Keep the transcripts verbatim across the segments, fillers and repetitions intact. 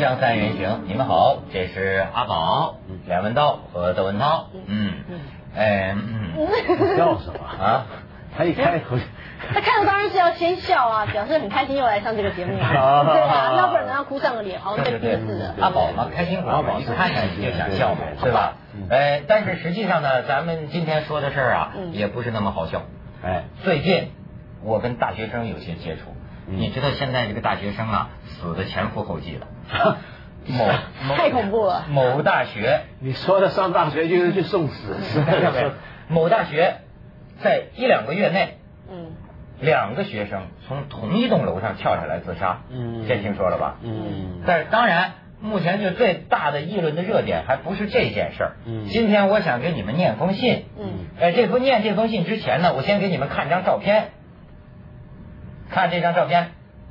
江三人行，你们好，这是阿宝、梁文道和窦文涛。嗯嗯，哎嗯， 你笑什么啊？他一开口， 他看到当然是要先笑啊，表示很开心又来上这个节目啊，对啊，要不然要哭丧个脸，好像被逼死了。 阿宝嘛，开心果嘛，一看上你就想笑嘛，对吧？哎，但是实际上呢，咱们今天说的事儿啊，也不是那么好笑。哎，最近我跟大学生有些接触。你知道现在这个大学生啊，死的前赴后继的，某太恐怖了。 某大学， 你说的上大学就是去送死，是吧？ 某大学在一两个月内，嗯，两个学生从同一栋楼上跳下来自杀，嗯，这听说了吧？嗯，但是当然，目前就最大的议论的热点还不是这件事儿。嗯，今天我想给你们念封信。嗯，哎，这封念这封信之前呢，我先给你们看张照片。看这张照片，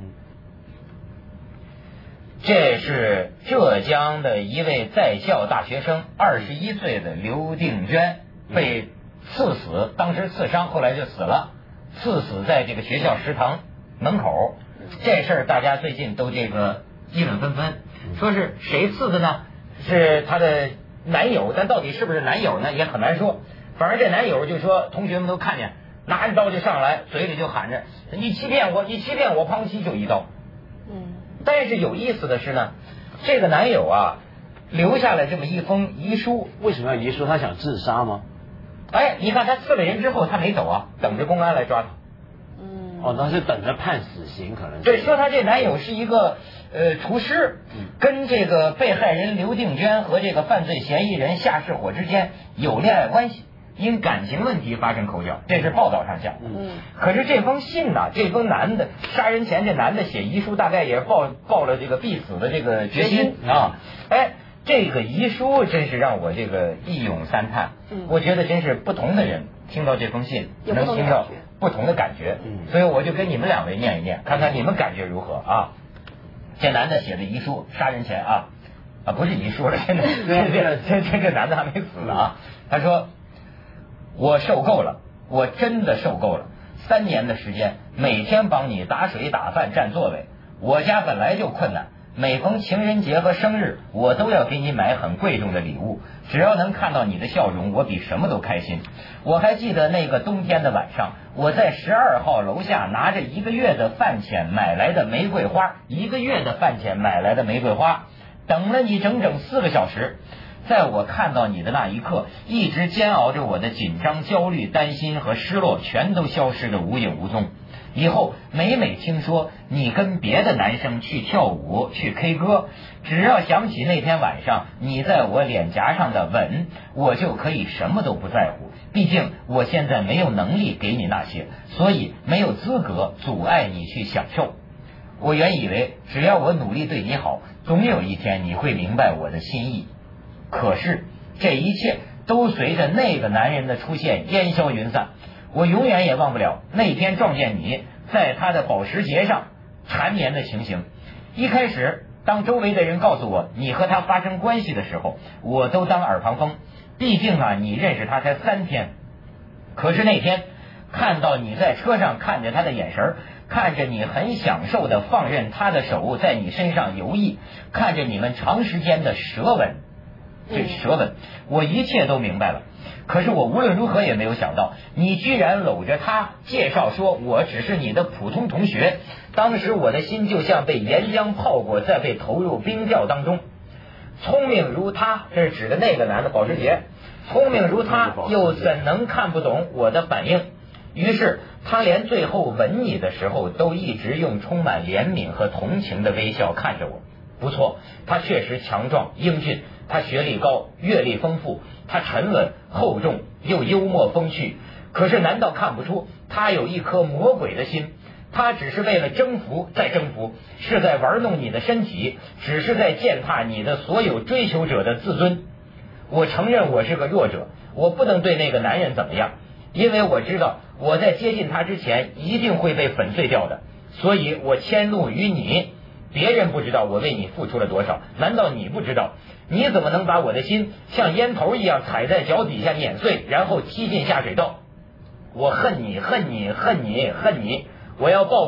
这是浙江的一位在校大学生，二十一岁的刘定娟，被刺死，当时刺伤，后来就死了，刺死在这个学校食堂门口。这事儿大家最近都这个议论纷纷，说是谁刺的呢？是她的男友，但到底是不是男友呢，也很难说。反正这男友就说，同学们都看见。拿着刀就上来，嘴里就喊着你欺骗我，你欺骗我，砰叽就一刀。嗯，但是有意思的是呢，这个男友啊留下了这么一封遗书。 为什么要遗书？他想自杀吗？ 哎，你看他刺了人之后他没走啊，等着公安来抓他。 嗯，哦，那是等着判死刑可能是。 对，说他这男友是一个呃厨师，跟这个被害人刘定娟和这个犯罪嫌疑人夏世火之间有恋爱关系。因感情问题发生口角，这是报道上讲的。嗯，可是这封信呢、啊，这封男的杀人前这男的写遗书，大概也报报了这个必死的这个决心啊。哎，这个遗书真是让我这个一咏三叹。嗯，我觉得真是不同的人听到这封信能听到不同的感觉。嗯，所以我就跟你们两位念一念，看看你们感觉如何啊？这男的写的遗书，杀人前啊啊不是遗书了，现在这这这这男的还没死呢啊。他说。我受够了，我真的受够了。三年的时间，每天帮你打水打饭占座位。我家本来就困难，每逢情人节和生日，我都要给你买很贵重的礼物。只要能看到你的笑容，我比什么都开心。我还记得那个冬天的晚上，我在十二号楼下拿着一个月的饭钱买来的玫瑰花，一个月的饭钱买来的玫瑰花，等了你整整四个小时。在我看到你的那一刻，一直煎熬着我的紧张、焦虑、担心和失落全都消失得无影无踪。以后每每听说你跟别的男生去跳舞、去 K 歌，只要想起那天晚上你在我脸颊上的吻，我就可以什么都不在乎。毕竟我现在没有能力给你那些，所以没有资格阻碍你去享受。我原以为只要我努力对你好，总有一天你会明白我的心意。可是这一切都随着那个男人的出现烟消云散。我永远也忘不了那天撞见你在他的保时捷上缠绵的情形。一开始当周围的人告诉我你和他发生关系的时候，我都当耳旁风，毕竟啊你认识他才三天。可是那天看到你在车上看着他的眼神，看着你很享受的放任他的手在你身上游弋，看着你们长时间的舌吻，这舌吻，我一切都明白了。可是我无论如何也没有想到，你居然搂着他介绍说我只是你的普通同学。当时我的心就像被岩浆泡过，再被投入冰窖当中。聪明如他，这是指的那个男的保时捷，聪明如他又怎能看不懂我的反应？于是他连最后吻你的时候都一直用充满怜悯和同情的微笑看着我。不错，他确实强壮英俊，他学历高，阅历丰富，他沉稳厚重又幽默风趣。可是难道看不出他有一颗魔鬼的心？他只是为了征服再征服，是在玩弄你的身体，只是在践踏你的所有追求者的自尊。我承认我是个弱者，我不能对那个男人怎么样，因为我知道我在接近他之前一定会被粉碎掉的，所以我迁怒于你。别人不知道我为你付出了多少，难道你不知道？你怎么能把我的心像烟头一样踩在脚底下碾碎，然后踢进下水道？我恨你恨你恨你恨你，我要报复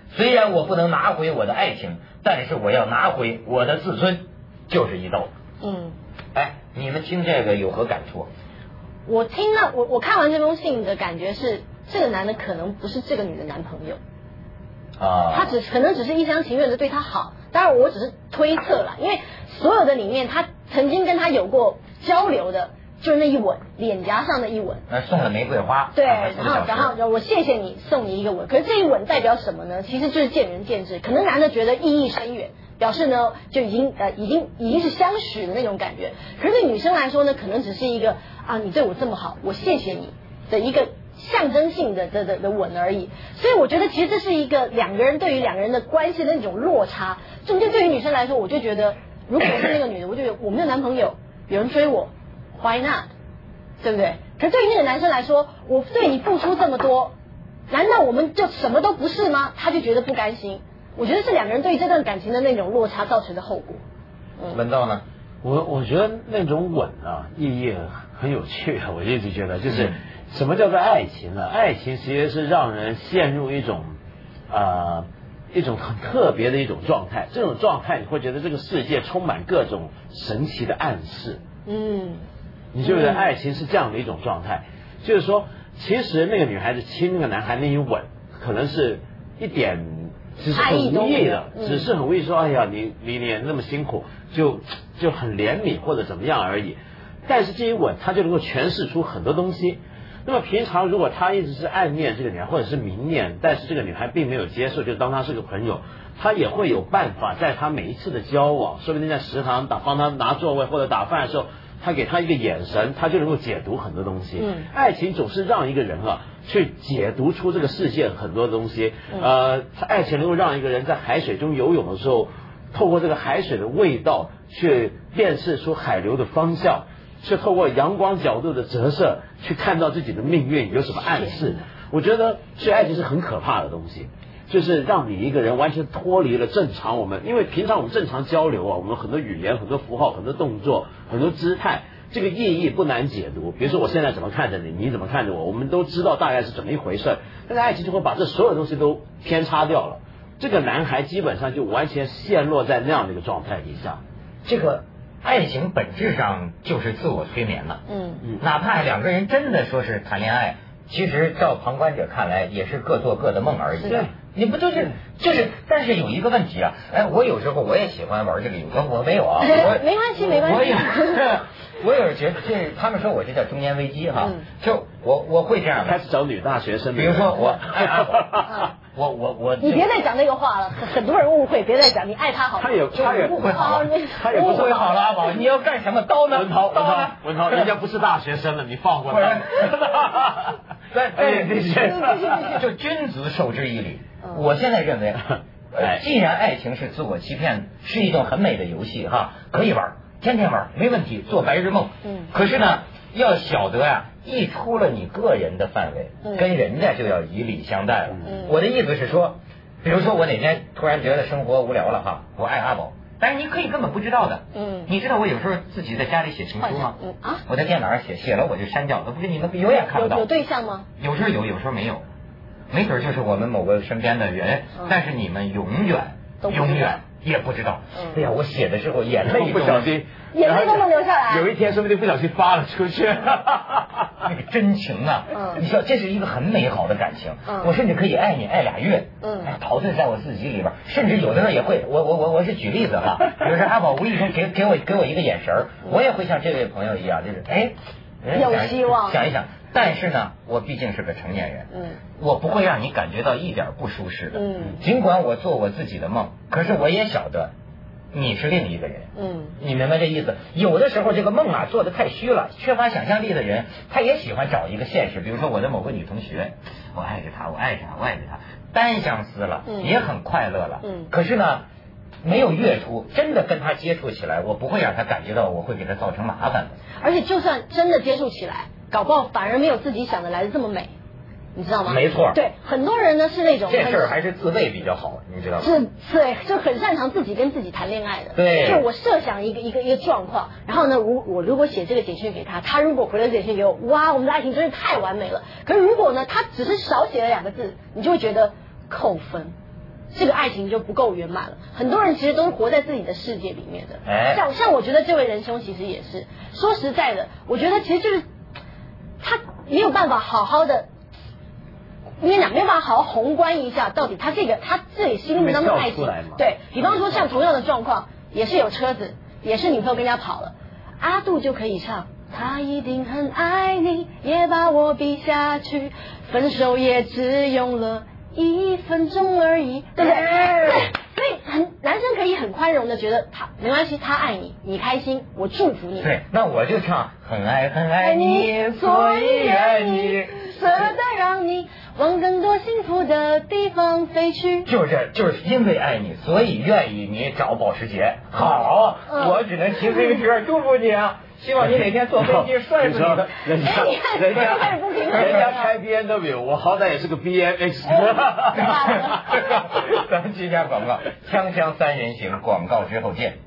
虽然我不能拿回我的爱情，但是我要拿回我的自尊，就是一刀。 嗯， 哎，你们听这个有何感触？ 我听了，我我看完这封信的感觉是，这个男的可能不是这个女的男朋友。 啊， 他只可能只是一厢情愿的对他好，当然我只是推测啦，因为所有的里面他曾经跟他有过交流的，就是那一吻，脸颊上的一吻， 那送了玫瑰花， 对，然后然后我谢谢你，送你一个吻，可是这一吻代表什么呢？其实就是见仁见智，可能男的觉得意义深远，表示呢就已经呃已经已经是相许的那种感觉，可是对女生来说呢，可能只是一个啊你对我这么好，我谢谢你的一个象征性的的的的吻而已，所以我觉得其实这是一个两个人对于两个人的关系的那种落差。就对对于女生来说，我就觉得，如果我是那个女的，我就觉得我没有男朋友，有人追我 ，Why not？ 对不对？可是对于那个男生来说，我对你付出这么多，难道我们就什么都不是吗？他就觉得不甘心。我觉得是两个人对于这段感情的那种落差造成的后果。 嗯，文道呢？ 我我觉得那种吻啊，意义很有趣，我一直觉得就是。嗯，什么叫做爱情呢？爱情其实是让人陷入一种呃一种很特别的一种状态，这种状态你会觉得这个世界充满各种神奇的暗示。嗯，你觉得爱情是这样的一种状态，就是说，其实那个女孩子亲那个男孩那一吻，可能是一点只是很无意的，只是很无意说，哎呀，你你你那么辛苦，就就很怜悯或者怎么样而已。但是这一吻，他就能够诠释出很多东西。那么平常如果他一直是暗恋这个女孩，或者是明恋，但是这个女孩并没有接受，就当他是个朋友，他也会有办法在他每一次的交往，说不定在食堂打帮他拿座位或者打饭的时候，他给他一个眼神，他就能够解读很多东西。嗯，爱情总是让一个人啊去解读出这个世界很多东西。呃，爱情能够让一个人在海水中游泳的时候，透过这个海水的味道去辨识出海流的方向。是透过阳光角度的折射去看到自己的命运有什么暗示。我觉得所以爱情是很可怕的东西，就是让你一个人完全脱离了正常我们，因为平常我们正常交流啊，我们很多语言、很多符号、很多动作、很多姿态，这个意义不难解读。比如说我现在怎么看着你，你怎么看着我，我们都知道大概是怎么一回事，但是爱情就会把这所有东西都偏差掉了。这个男孩基本上就完全陷落在那样的一个状态底下。 这个爱情本质上就是自我催眠了。嗯嗯，哪怕两个人真的说是谈恋爱，其实照旁观者看来也是各做各的梦而已。对，你不就是就是，但是有一个问题啊，哎，我有时候我也喜欢玩这个游戏，我没有啊，我没关系没关系。 我也我有觉得这他们说我这叫中年危机哈，就我我会这样的， 开始找女大学生， 比如说我爱他。我我我， 你别再讲那个话了，很多人误会，别再讲，你爱他好， 他也他也误会好了， 他也误会好了，阿宝，你要干什么？刀呢？ 文涛，文涛，文涛，人家不是大学生了，你放过他。 对，哎，这些就君子受之以礼。我现在认为，既然爱情是自我欺骗，是一种很美的游戏哈，可以玩，天天玩，没问题，做白日梦。嗯。可是呢，要晓得呀。一出了你个人的范围，嗯、跟人家就要以礼相待了。嗯、我的意思是说，比如说我哪天突然觉得生活无聊了哈，我爱阿宝，但是你可以根本不知道的。嗯，你知道我有时候自己在家里写情书吗？嗯啊，我在电脑上写，写了我就删掉，都不给你们永远看不到。 有, 有对象吗？ 有时候有，有时候没有，没准就是我们某个身边的人，嗯、但是你们永远永远也不知道。嗯、哎呀，我写的时候眼泪不小心。 眼泪都能流下来， 有一天说不定不小心发了出去。 那个真情啊，嗯，你说这是一个很美好的感情，嗯，我甚至可以爱你爱俩月，嗯，哎，陶醉在我自己里边，甚至有的时候也会，我我我我是举例子哈，比如说阿宝无意中给给我给我一个眼神，我也会像这位朋友一样，就是哎， 有希望， 想一想，但是呢，我毕竟是个成年人，嗯，我不会让你感觉到一点不舒适的，嗯，尽管我做我自己的梦，可是我也晓得。你是另一个人，嗯，你明白这意思？有的时候这个梦啊做得太虚了，缺乏想象力的人，他也喜欢找一个现实。比如说我的某个女同学，我爱着她，我爱着她，我爱着她，单相思了，嗯、也很快乐了，嗯，可是呢，没有跃出，真的跟她接触起来，我不会让她感觉到我会给她造成麻烦的。 而且就算真的接触起来，搞不好反而没有自己想的来的这么美。你知道吗？ 没错， 对，很多人呢是那种这事儿还是自慰比较好，你知道吗？ 是，对，就很擅长自己跟自己谈恋爱的。 对， 就我设想一个一个一个状况，然后呢，如我如果写这个简讯给他，他如果回了简讯给我，哇，我们的爱情真是太完美了。可是如果呢，他只是少写了两个字，你就会觉得扣分。 这个爱情就不够圆满了。很多人其实都是活在自己的世界里面的。 哎， 像像我觉得这位仁兄其实也是，说实在的，我觉得其实就是他没有办法好好的。因为讲没有办法好好宏观一下，到底他这个他自己心目当中的爱情，对比方说像同样的状况，也是有车子，也是女朋友跟人家跑了，阿杜就可以唱，他一定很爱你，也把我比下去，分手也只用了一分钟而已，对不对？对，所以很男生可以很宽容的觉得他没关系，他爱你，你开心，我祝福你。 对，那我就唱很爱很爱你，所以愿意舍得让你往更多幸福的地方飞去。 就是就是因为爱你，所以愿意你找保时捷。好，嗯、我只能听这个歌祝福你啊！希望你哪天坐飞机摔死你的。 人家人家人家开 B M W， 我好歹也是个 B M X。 咱们接下广告，锵锵三人行，广告之后见。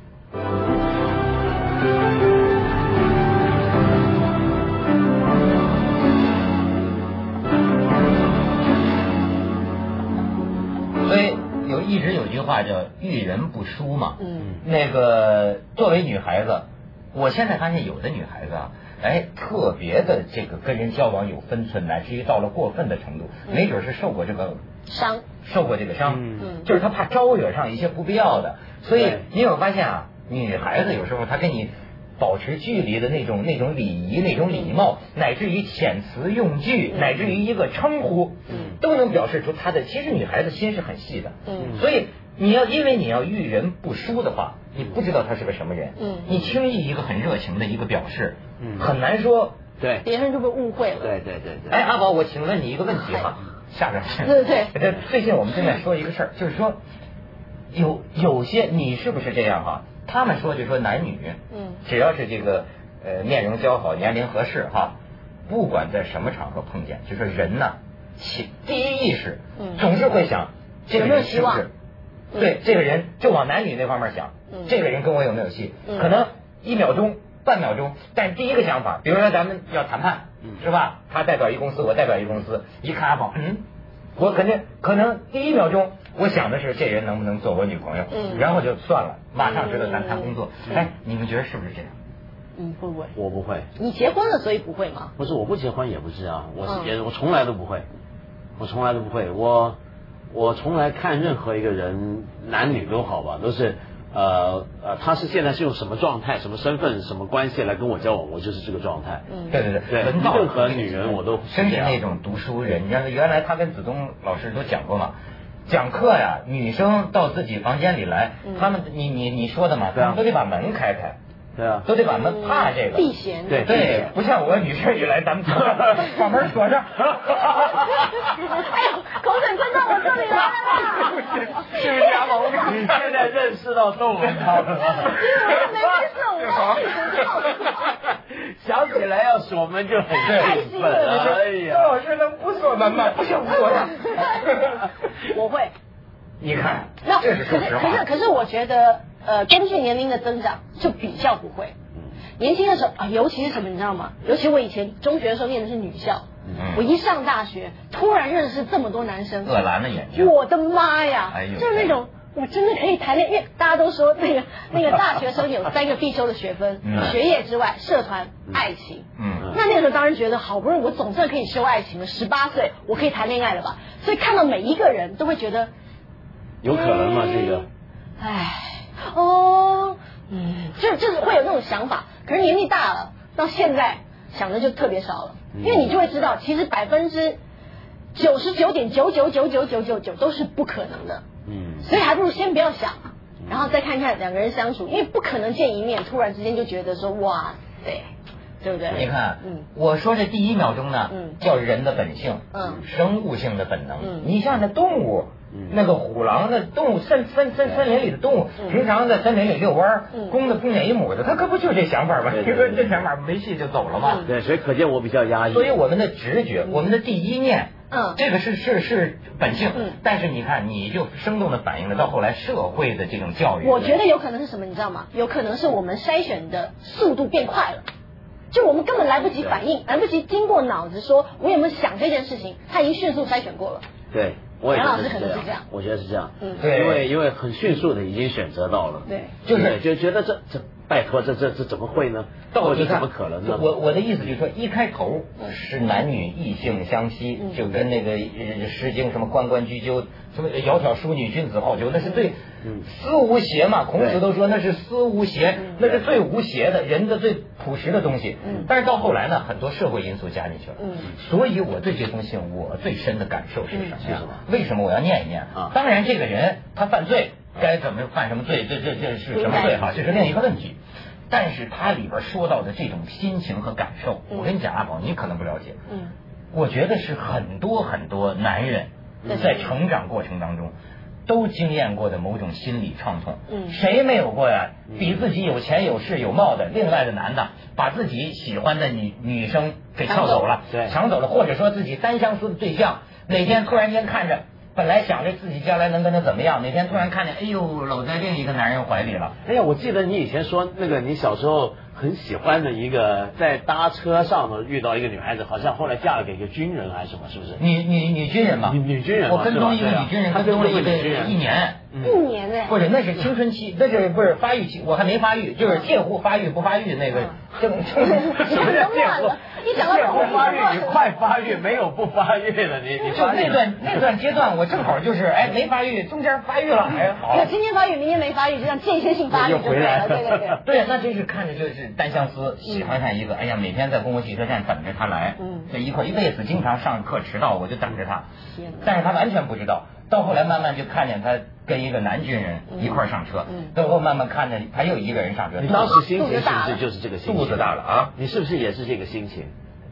所以有一直有句话叫遇人不淑嘛，嗯，那个作为女孩子，我现在发现有的女孩子啊，哎，特别的这个跟人交往有分寸，乃至于到了过分的程度，嗯、没准是受过这个伤， 受过这个伤，嗯，就是她怕招惹上一些不必要的，所以你有发现啊，女孩子有时候她跟你保持距离的那种那种礼仪、那种礼貌，乃至于遣词用句，乃至于一个称呼，嗯，都能表示出她的。其实女孩子心是很细的，嗯，所以你要因为你要遇人不淑的话，你不知道他是个什么人，嗯，你轻易一个很热情的一个表示，嗯，很难说， 对， 别人就被误会了。 对对对对。 哎，阿宝，我请问你一个问题哈，下边对对对，最近我们正在说一个事儿，就是说有有些你是不是这样哈？他们说就说男女，嗯，只要是这个呃面容姣好、年龄合适哈，不管在什么场合碰见，就说人呢，其第一意识，嗯，总是会想这个人是不是，对这个人就往男女那方面想，嗯，这个人跟我有没有戏？嗯，可能一秒钟、半秒钟，但第一个想法，比如说咱们要谈判，嗯，是吧？他代表一公司，我代表一公司，一看阿宝，嗯，我肯定可能第一秒钟。我想的是这人能不能做我女朋友，嗯，然后就算了，马上知道咱谈工作。嗯、哎，你们觉得是不是这样？ 嗯，会不会？ 我不会。 你结婚了，所以不会吗？ 不是，我不结婚也不是啊，我是、嗯、我从来都不会，我从来都不会，我我从来看任何一个人，男女都好吧，都是呃呃，他是现在是用什么状态、什么身份、什么关系来跟我交往，我就是这个状态。 嗯，对对对， 对，任何女人我都真是那种读书人。你看，原来他跟子东老师都讲过嘛。讲课呀，女生到自己房间里来，嗯、他们你你你说的嘛，他们都得把门开开， 对啊， 都得把门怕这个避嫌， 对对，不像我女生一来，咱们把门锁上。哎呦，口水喷到我这里来了！ 是不是阿宝？你现在认识到窦文涛了吗？ 没认识我。 想起来要锁门就很兴奋，哎呀， 老师能不锁门吗？不行，不锁上。 我会。 你看， 那这是说实话。 可是可是我觉得，呃，根据年龄的增长，就比较不会。年轻的时候啊，尤其是什么，你知道吗？尤其我以前中学的时候念的是女校，嗯、我一上大学，突然认识这么多男生， 恶蓝的眼睛， 我的妈呀！ 哎呦， 就是那种。我真的可以谈恋爱，因为大家都说那个那个大学生有三个必修的学分，嗯、学业之外，社团、爱情。嗯，那那个时候当然觉得好不容易我总算可以修爱情了，十八岁我可以谈恋爱了吧？所以看到每一个人都会觉得， 有可能吗？这个？ 哎，哦，嗯，就就是会有那种想法。可是年纪大了，到现在想的就特别少了，因为你就会知道，其实百分之九十九点九九九九九九九都是不可能的。嗯，所以还不如先不要想，然后再看看两个人相处，因为不可能见一面，突然之间就觉得说哇，对，对不对？ 你看，嗯，我说这第一秒钟呢，嗯，叫人的本性，嗯，生物性的本能。嗯，你像那动物，嗯，那个虎狼那动物森森森森林里的动物，嗯、平常在森林里遛弯，嗯，公的碰见一母的，他可不就这想法吗？这个这想法没戏就走了嘛。 对，所以可见我比较压抑。 所以我们的直觉，我们的第一念。嗯，这个是是是本性，嗯，但是你看，你就生动的反映了到后来社会的这种教育。 我觉得有可能是什么，你知道吗？有可能是我们筛选的速度变快了，就我们根本来不及反应，来不及经过脑子说我有没有想这件事情，他已经迅速筛选过了。 对， 我也杨老师可能是这样， 我觉得是这样， 嗯， 对， 因为因为很迅速的已经选择到了， 对， 就是就觉得这这拜托这这这怎么会呢？到底怎么可能呢？ 我我的意思就是说，一开头是男女异性相吸， 嗯、 就跟那个《诗经》什么关关雎鸠，什么窈窕淑女，君子好逑，那是最嗯思无邪嘛。孔子都说那是思无邪， 嗯、 那是最无邪的人的最朴实的东西。 嗯， 但是到后来呢，很多社会因素加进去了。 嗯， 所以我对这封信我最深的感受是什么呀？ 嗯、 为什么我要念一念啊？ 当然，这个人他犯罪该怎么犯什么罪，这这这是什么罪哈？这是另一个问题。但是它里边说到的这种心情和感受， 嗯、 我跟你讲，阿宝，你可能不了解。 嗯， 我觉得是很多很多男人在成长过程当中都经验过的某种心理创痛。 嗯， 谁没有过呀？比自己有钱有势有貌的另外的男的，把自己喜欢的女女生给撬走了， 对， 抢走了，或者说自己单相思的对象，哪天突然间看着。本来想着自己将来能跟他怎么样，哪天突然看见，哎呦，搂在另一个男人怀里了。 哎呀，我记得你以前说那个你小时候很喜欢的一个，在搭车上呢遇到一个女孩子，好像后来嫁了给一个军人还是什么，是不是？ 女女女军人嘛， 女女军人嘛， 我跟踪一个女军人，跟踪了一个一年。 一年呢？ 不是，那是青春期，那是不是发育期？我还没发育，就是介乎发育不发育那个正正。 什么叫介乎？ 一讲到介乎发育，你快发育，没有不发育的，你你就那段那段阶段，我正好就是哎没发育，中间发育了，哎好。 有今天发育，明天没发育，就像间歇性发育就对了，对对对。 对，那真是看着就是单相思，喜欢上一个，哎呀，每天在公共汽车站等着他来， 嗯， 这一块一辈子经常上课迟到，我就等着他。但是他完全不知道。到后来慢慢就看见他跟一个男军人一块上车，最后慢慢看见还有一个人上车。 你当时心情是不是就是这个心情？ 肚子大了啊！ 你是不是也是这个心情？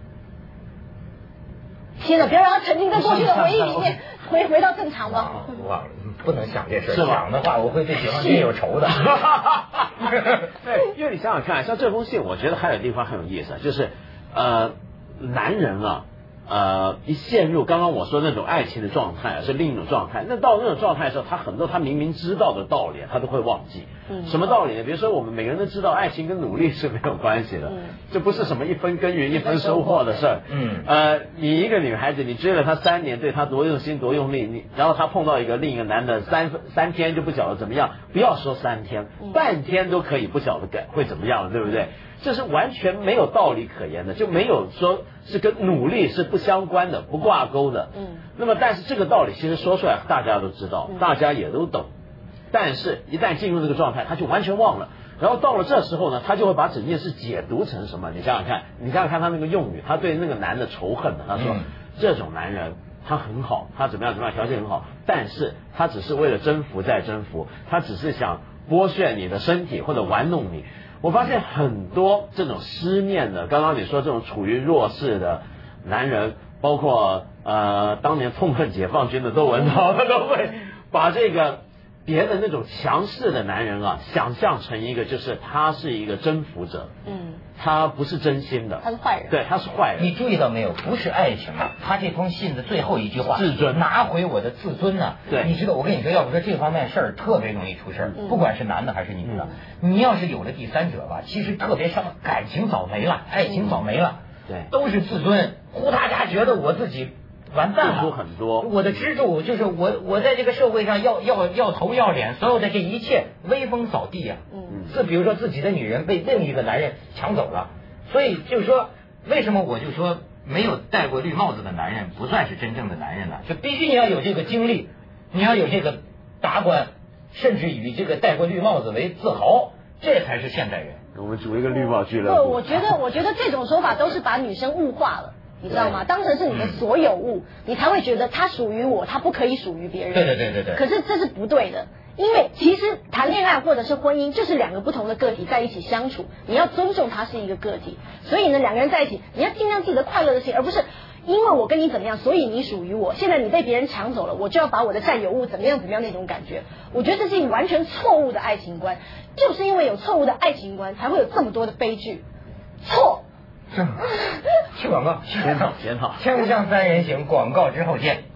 天哪！不要让他沉浸在过去的回忆里面，回回到正常吧。 忘了，不能想这事，想的话我会对解放军有仇的。 对，因为你想想看，像这封信，我觉得还有地方很有意思，就是呃，男人啊。呃，一陷入刚刚我说那种爱情的状态是另一种状态。那到那种状态的时候，他很多他明明知道的道理，他都会忘记。嗯，什么道理呢？比如说，我们每个人都知道，爱情跟努力是没有关系的。嗯，这不是什么一分耕耘一分收获的事儿。嗯，呃，你一个女孩子，你追了她三年，对她多用心多用力，你然后她碰到一个另一个男的，三三天就不晓得怎么样，不要说三天，半天都可以不晓得改会怎么样了，对不对？这是完全没有道理可言的，就没有说是跟努力是不相关的、不挂钩的。嗯，那么但是这个道理其实说出来大家都知道，大家也都懂，但是一旦进入这个状态，他就完全忘了。然后到了这时候呢，他就会把整件事解读成什么？你想想看，你想想看他那个用语，他对那个男的仇恨的，他说、嗯、这种男人他很好，他怎么样怎么样，条件很好，但是他只是为了征服再征服，他只是想剥削你的身体或者玩弄你。我发现很多这种失面的，刚刚你说这种处于弱势的男人，包括呃当年痛恨解放军的窦文涛，他都会把这个别的那种强势的男人啊，想象成一个就是他是一个征服者，嗯，他不是真心的， 他是坏人， 对，他是坏人。 你注意到没有？不是爱情啊，他这封信的最后一句话， 自尊， 拿回我的自尊呢、啊。 对， 你知道，我跟你说，要不说这方面事儿特别容易出事儿、嗯，不管是男的还是女的、嗯，你要是有了第三者吧，其实特别伤感情早没了，爱情早没了， 对、嗯， 都是自尊，呼他家觉得我自己。完蛋了， 很多。 我的支柱就是我，我在这个社会上要要要头要脸，所有的这一切威风扫地啊。嗯，自比如说自己的女人被另一个男人抢走了，所以就是说，为什么我就说没有戴过绿帽子的男人不算是真正的男人了？就必须你要有这个经历，你要有这个达观，甚至以这个戴过绿帽子为自豪，这才是现代人。 我们组一个绿帽俱乐部。 不，我觉得，我觉得这种说法都是把女生物化了。你知道吗？当成是你的所有物，你才会觉得它属于我，它不可以属于别人。 对对对对对。 可是这是不对的，因为其实谈恋爱或者是婚姻，就是两个不同的个体在一起相处，你要尊重他是一个个体。所以呢，两个人在一起，你要尽量记得快乐的事情，而不是因为我跟你怎么样，所以你属于我。现在你被别人抢走了，我就要把我的占有物怎么样怎么样那种感觉。我觉得这是一个完全错误的爱情观，就是因为有错误的爱情观，才会有这么多的悲剧。错。 是吗？去广告， 检讨检讨。 锵锵三人行，广告之后见。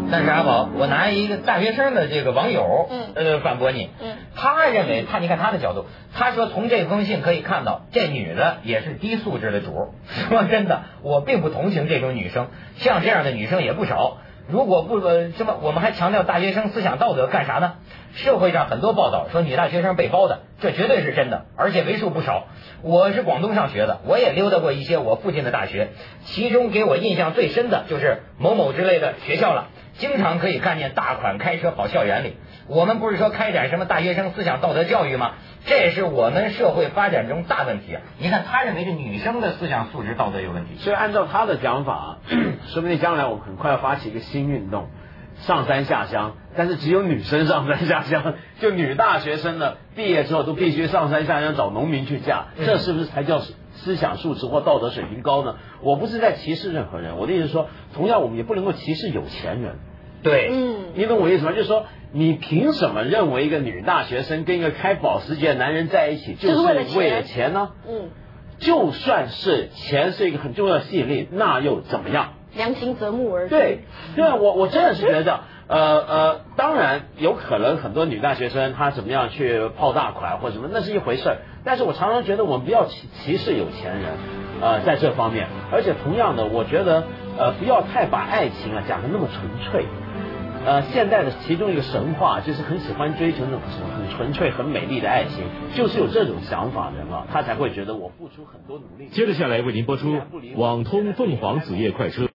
但是阿宝，我拿一个大学生的这个网友， 嗯呃，反驳你， 嗯， 他认为他你看他的角度，他说从这封信可以看到，这女的也是低素质的主。说真的，我并不同情这种女生，像这样的女生也不少。如果不呃什么，我们还强调大学生思想道德干啥呢？社会上很多报道说女大学生被包的，这绝对是真的，而且为数不少。我是广东上学的，我也溜达过一些我附近的大学，其中给我印象最深的就是某某之类的学校了。经常可以看见大款开车跑校园里。我们不是说开展什么大学生思想道德教育吗？这是我们社会发展中大问题啊！你看，他认为是女生的思想素质道德有问题。 所以按照他的讲法，说不定将来我们很快要发起一个新运动，上山下乡，但是只有女生上山下乡，就女大学生呢毕业之后都必须上山下乡找农民去嫁，这是不是才叫思想素质或道德水平高呢？我不是在歧视任何人，我的意思是说，同样我们也不能够歧视有钱人。 对， 嗯， 你懂我意思吗？就是说，你凭什么认为一个女大学生跟一个开保时捷的男人在一起就是为了钱呢？ 嗯， 就算是钱是一个很重要的吸引力，那又怎么样？ 良禽择木而栖。 对，对，我我真的是觉得，呃呃，当然有可能很多女大学生她怎么样去泡大款或者什么，那是一回事儿。但是我常常觉得我们不要歧歧视有钱人，呃，在这方面，而且同样的，我觉得呃不要太把爱情啊讲得那么纯粹。呃，现代的其中一个神话就是很喜欢追求那种很纯粹、很美丽的爱情，就是有这种想法的人啊，他才会觉得我付出很多努力。 接着下来为您播出网通凤凰子夜快车。